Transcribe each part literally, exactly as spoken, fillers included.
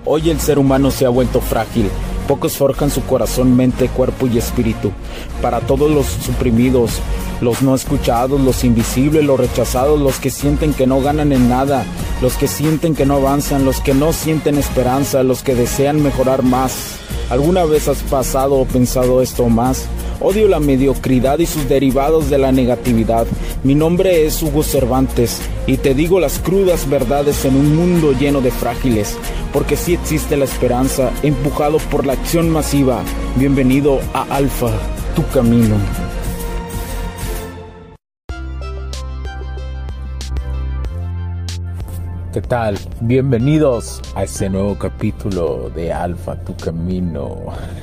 Hoy el ser humano se ha vuelto frágil. Pocos forjan su corazón, mente, cuerpo y espíritu. Para todos los suprimidos, los no escuchados, los invisibles, los rechazados, los que sienten que no ganan en nada, los que sienten que no avanzan, los que no sienten esperanza, los que desean mejorar más. ¿Alguna vez has pasado o pensado esto más? Odio la mediocridad y sus derivados de la negatividad. Mi nombre es Hugo Cervantes y te digo las crudas verdades en un mundo lleno de frágiles, porque sí existe la esperanza, empujado por la acción masiva. Bienvenido a Alfa, tu camino. ¿Qué tal? Bienvenidos a este nuevo capítulo de Alfa, tu camino.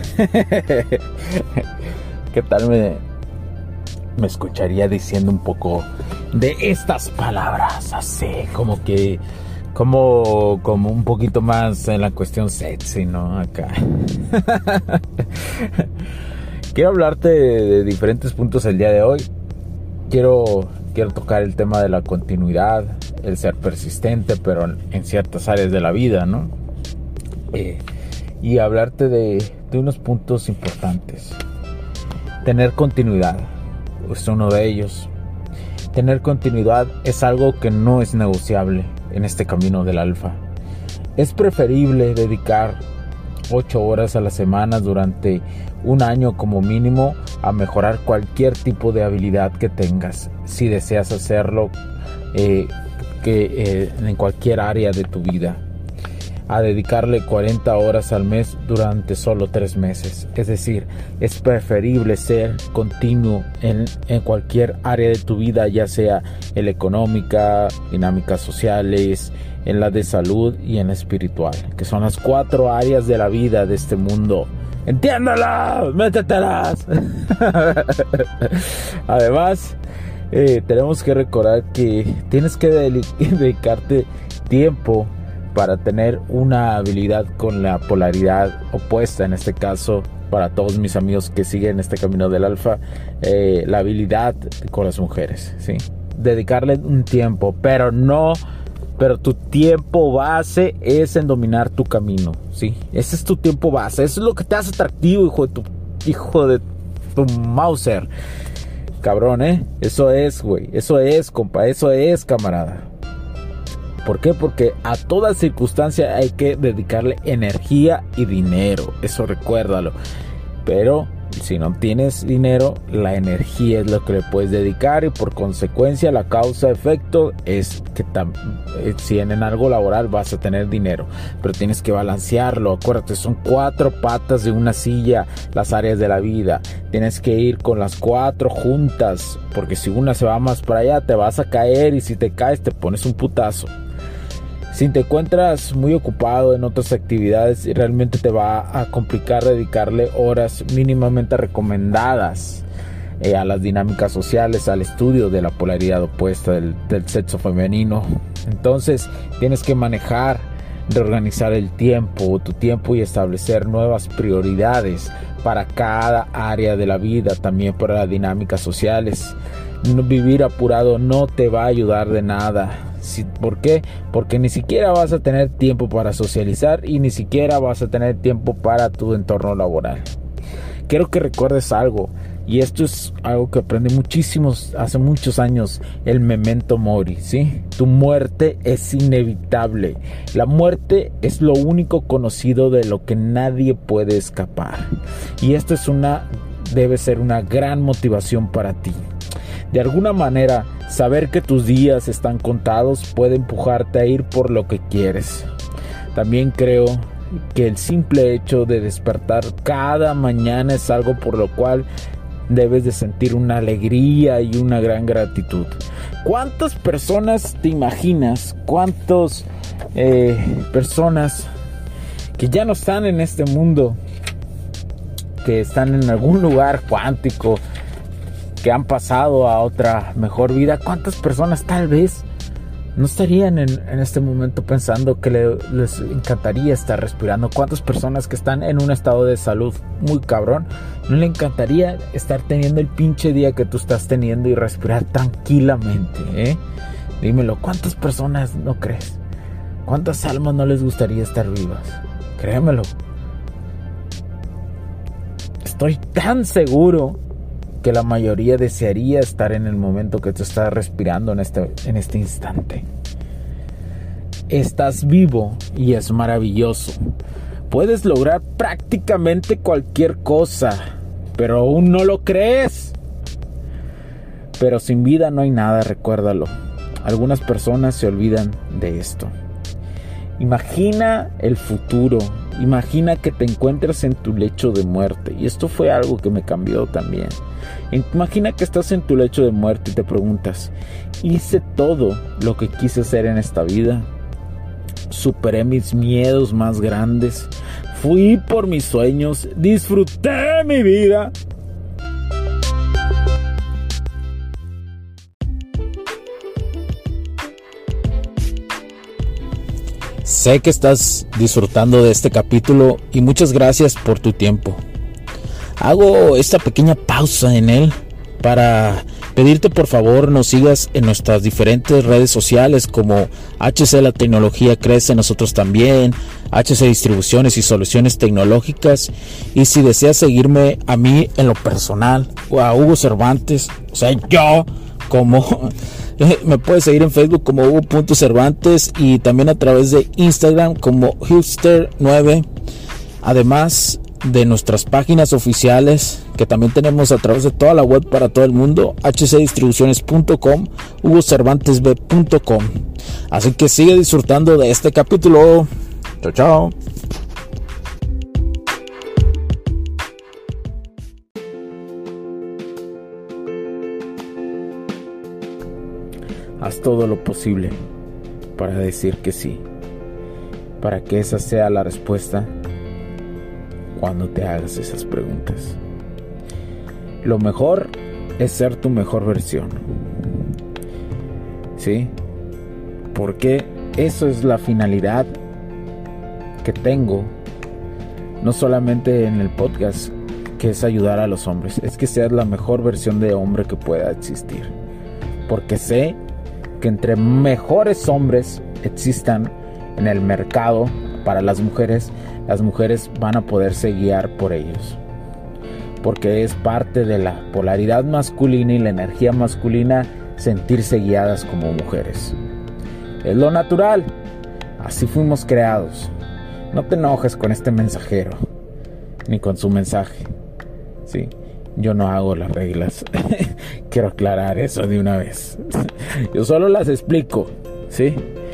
¿Qué tal me, me escucharía diciendo un poco de estas palabras? Así, como que, como, como un poquito más en la cuestión sexy, ¿no? Acá. Quiero hablarte de, de diferentes puntos el día de hoy. Quiero, quiero tocar el tema de la continuidad, el ser persistente, pero en, en ciertas áreas de la vida, ¿no? Eh, y hablarte de, de unos puntos importantes. Tener continuidad es uno de ellos. Tener continuidad es algo que no es negociable en este camino del alfa. Es preferible dedicar ocho horas a la semana durante un año como mínimo a mejorar cualquier tipo de habilidad que tengas, si deseas hacerlo eh, que, eh, en cualquier área de tu vida, a dedicarle cuarenta horas al mes durante solo tres meses. Es decir, es preferible ser continuo en, en cualquier área de tu vida, ya sea en la económica, dinámicas sociales, en la de salud y en la espiritual, que son las cuatro áreas de la vida de este mundo. ¡Entiéndalas! ¡Métetelas! Además, eh, tenemos que recordar que tienes que dedicarte tiempo para tener una habilidad con la polaridad opuesta. En este caso, para todos mis amigos que siguen este camino del alfa, eh, la habilidad con las mujeres, ¿sí? Dedicarle un tiempo, pero no, pero tu tiempo base es en dominar tu camino, ¿sí? Ese es tu tiempo base, eso es lo que te hace atractivo, hijo de tu, hijo de tu Mauser, cabrón, ¿eh? Eso es, güey, eso es, compa, eso es, camarada. ¿Por qué? Porque a toda circunstancia hay que dedicarle energía y dinero. Eso recuérdalo. Pero si no tienes dinero, la energía es lo que le puedes dedicar. Y por consecuencia la causa-efecto es que tam- si en algo laboral vas a tener dinero. Pero tienes que balancearlo. Acuérdate, son cuatro patas de una silla las áreas de la vida. Tienes que ir con las cuatro juntas. Porque si una se va más para allá, te vas a caer. Y si te caes, te pones un putazo. Si te encuentras muy ocupado en otras actividades, realmente te va a complicar dedicarle horas mínimamente recomendadas eh, a las dinámicas sociales, al estudio de la polaridad opuesta del, del sexo femenino. Entonces tienes que manejar, reorganizar el tiempo, tu tiempo, y establecer nuevas prioridades para cada área de la vida, también para las dinámicas sociales. No, vivir apurado no te va a ayudar de nada. Sí, ¿por qué? Porque ni siquiera vas a tener tiempo para socializar y ni siquiera vas a tener tiempo para tu entorno laboral. Quiero que recuerdes algo, y esto es algo que aprendí muchísimos hace muchos años: el memento mori, ¿sí? Tu muerte es inevitable. La muerte es lo único conocido de lo que nadie puede escapar. Y esto es una, debe ser una gran motivación para ti. De alguna manera, saber que tus días están contados puede empujarte a ir por lo que quieres. También creo que el simple hecho de despertar cada mañana es algo por lo cual debes de sentir una alegría y una gran gratitud. ¿Cuántas personas te imaginas? ¿Cuántas eh, personas que ya no están en este mundo, que están en algún lugar cuántico, que han pasado a otra mejor vida? ¿Cuántas personas tal vez no estarían en, en este momento pensando que le, les encantaría estar respirando? ¿Cuántas personas que están en un estado de salud muy cabrón no le encantaría estar teniendo el pinche día que tú estás teniendo y respirar tranquilamente, eh? Dímelo, ¿cuántas personas no crees? ¿Cuántas almas no les gustaría estar vivas? Créemelo. Estoy tan seguro que la mayoría desearía estar en el momento que tú estás respirando en este, en este instante. Estás vivo y es maravilloso. Puedes lograr prácticamente cualquier cosa, pero aún no lo crees. Pero sin vida no hay nada, recuérdalo. Algunas personas se olvidan de esto. Imagina el futuro. Imagina que te encuentras en tu lecho de muerte. Y esto fue algo que me cambió también. Imagina que estás en tu lecho de muerte y te preguntas: ¿hice todo lo que quise hacer en esta vida? ¿Superé mis miedos más grandes? ¿Fui por mis sueños? ¿Disfruté mi vida? Sé que estás disfrutando de este capítulo y muchas gracias por tu tiempo. Hago esta pequeña pausa en él para pedirte por favor nos sigas en nuestras diferentes redes sociales como H C La Tecnología Crece, nosotros también, H C Distribuciones y Soluciones Tecnológicas. Y si deseas seguirme a mí en lo personal o a Hugo Cervantes, o sea yo como... me puedes seguir en Facebook como Hugo punto Cervantes y también a través de Instagram como Hipster nueve. Además de nuestras páginas oficiales que también tenemos a través de toda la web para todo el mundo, H C Distribuciones punto com, Hugo Cervantes B punto com. Así que sigue disfrutando de este capítulo. Chao, chao. Haz todo lo posible para decir que sí, para que esa sea la respuesta cuando te hagas esas preguntas. Lo mejor es ser tu mejor versión, ¿sí? Porque eso es la finalidad que tengo, no solamente en el podcast, que es ayudar a los hombres, es que seas la mejor versión de hombre que pueda existir. Porque sé que entre mejores hombres existan en el mercado para las mujeres, las mujeres van a poderse guiar por ellos. Porque es parte de la polaridad masculina y la energía masculina sentirse guiadas como mujeres. Es lo natural. Así fuimos creados. No te enojes con este mensajero, ni con su mensaje. Sí, yo no hago las reglas. Quiero aclarar eso de una vez. Yo solo las explico, ¿sí?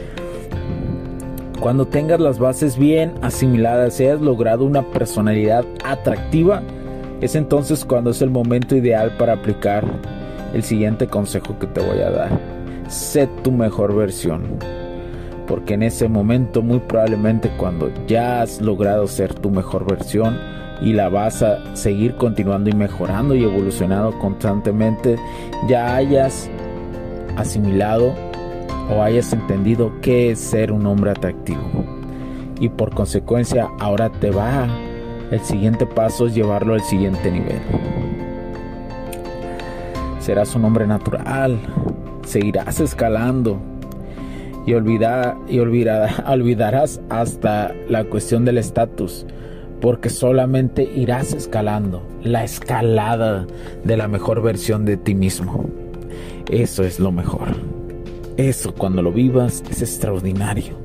Cuando tengas las bases bien asimiladas y hayas logrado una personalidad atractiva, es entonces cuando es el momento ideal para aplicar el siguiente consejo que te voy a dar. Sé tu mejor versión. Porque en ese momento, muy probablemente cuando ya has logrado ser tu mejor versión y la vas a seguir continuando y mejorando y evolucionando constantemente, ya hayas asimilado o hayas entendido qué es ser un hombre atractivo. Y por consecuencia, ahora te va, el siguiente paso es llevarlo al siguiente nivel. Serás un hombre natural, seguirás escalando y, olvidar, y olvidar, olvidarás hasta la cuestión del estatus, porque solamente irás escalando, la escalada de la mejor versión de ti mismo. Eso es lo mejor. Eso, cuando lo vivas, es extraordinario.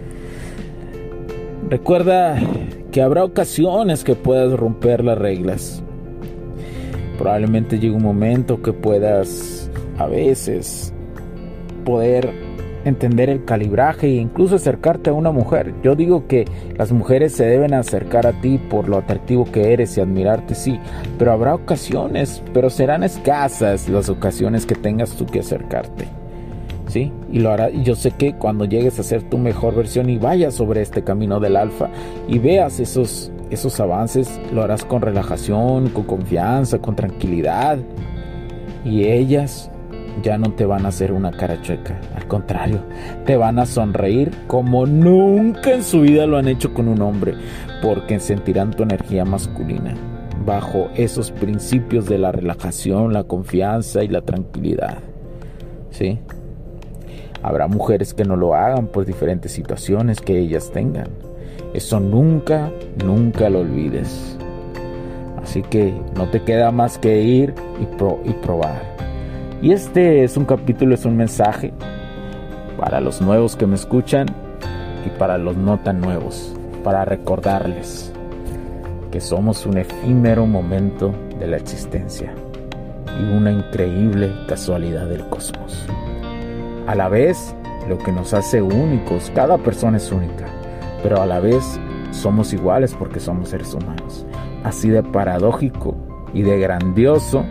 Recuerda que habrá ocasiones que puedas romper las reglas. Probablemente llegue un momento que puedas, a veces, poder entender el calibraje e incluso acercarte a una mujer. Yo digo que las mujeres se deben acercar a ti por lo atractivo que eres y admirarte, sí, pero habrá ocasiones, pero serán escasas las ocasiones que tengas tú que acercarte, ¿sí? Y lo hará. Y yo sé que cuando llegues a ser tu mejor versión y vayas sobre este camino del alfa y veas esos, esos avances, lo harás con relajación, con confianza, con tranquilidad, y ellas ya no te van a hacer una cara chueca. Al contrario, te van a sonreír como nunca en su vida lo han hecho con un hombre, porque sentirán tu energía masculina bajo esos principios de la relajación, la confianza y la tranquilidad, ¿sí? Habrá mujeres que no lo hagan por diferentes situaciones que ellas tengan, Eso nunca, nunca lo olvides. Así que no te queda más que ir y, pro, y probar. Y este es un capítulo, es un mensaje para los nuevos que me escuchan y para los no tan nuevos, para recordarles que somos un efímero momento de la existencia y una increíble casualidad del cosmos. A la vez, lo que nos hace únicos, cada persona es única, pero a la vez somos iguales porque somos seres humanos. Así de paradójico y de grandioso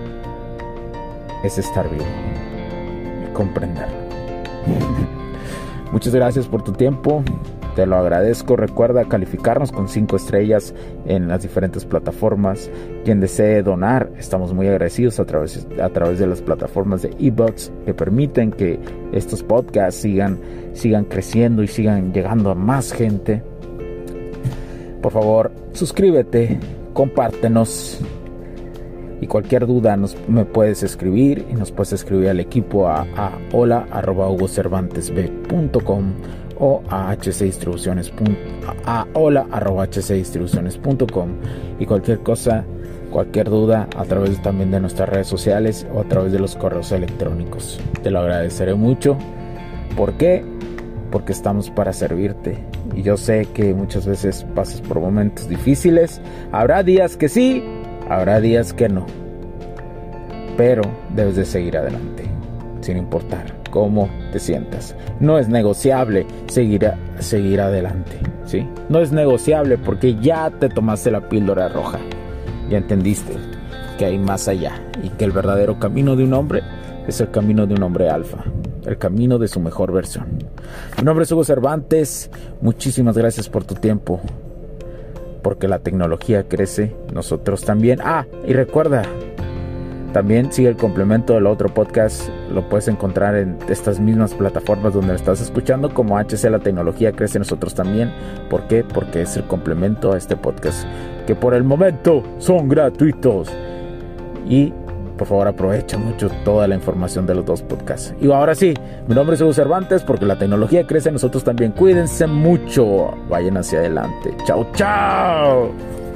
es estar vivo y comprenderlo. Muchas gracias por tu tiempo, te lo agradezco. Recuerda calificarnos con cinco estrellas en las diferentes plataformas. Quien desee donar, estamos muy agradecidos a través, a través de las plataformas de eBuds que permiten que estos podcasts sigan, sigan creciendo y sigan llegando a más gente. Por favor, suscríbete, compártenos. Y cualquier duda nos, me puedes escribir y nos puedes escribir al equipo a, a hola arroba hugo cervantes b punto com o a hcdistribuciones a, a hola arroba hcdistribuciones punto com, y cualquier cosa, cualquier duda a través también de nuestras redes sociales o a través de los correos electrónicos. Te lo agradeceré mucho. ¿Por qué? Porque estamos para servirte. Y yo sé que muchas veces pasas por momentos difíciles. Habrá días que sí, habrá días que no, pero debes de seguir adelante, sin importar cómo te sientas. No es negociable seguir, seguir adelante, ¿sí? No es negociable porque ya te tomaste la píldora roja. Ya entendiste que hay más allá y que el verdadero camino de un hombre es el camino de un hombre alfa, el camino de su mejor versión. Mi nombre es Hugo Cervantes. Muchísimas gracias por tu tiempo. Porque la tecnología crece, nosotros también. Ah, y recuerda, también sigue el complemento del otro podcast. Lo puedes encontrar en estas mismas plataformas donde lo estás escuchando, como H C La Tecnología Crece, nosotros también. ¿Por qué? Porque es el complemento a este podcast, que por el momento son gratuitos. Y por favor aprovecha mucho toda la información de los dos podcasts. Y ahora sí, mi nombre es Hugo Cervantes, porque la tecnología crece, nosotros también. Cuídense mucho, vayan hacia adelante. Chao, chao.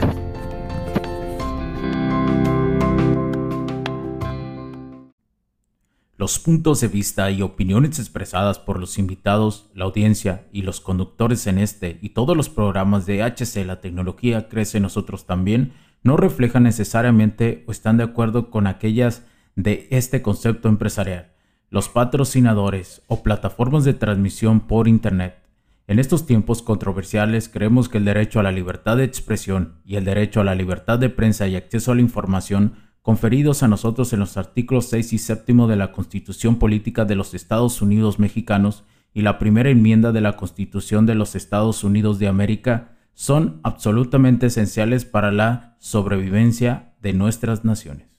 Los puntos de vista y opiniones expresadas por los invitados, la audiencia y los conductores en este y todos los programas de H C La Tecnología Crece, nosotros también, no reflejan necesariamente o están de acuerdo con aquellas de este concepto empresarial, los patrocinadores o plataformas de transmisión por Internet. En estos tiempos controversiales creemos que el derecho a la libertad de expresión y el derecho a la libertad de prensa y acceso a la información conferidos a nosotros en los artículos seis y séptimo de la Constitución Política de los Estados Unidos Mexicanos y la primera enmienda de la Constitución de los Estados Unidos de América son absolutamente esenciales para la sobrevivencia de nuestras naciones.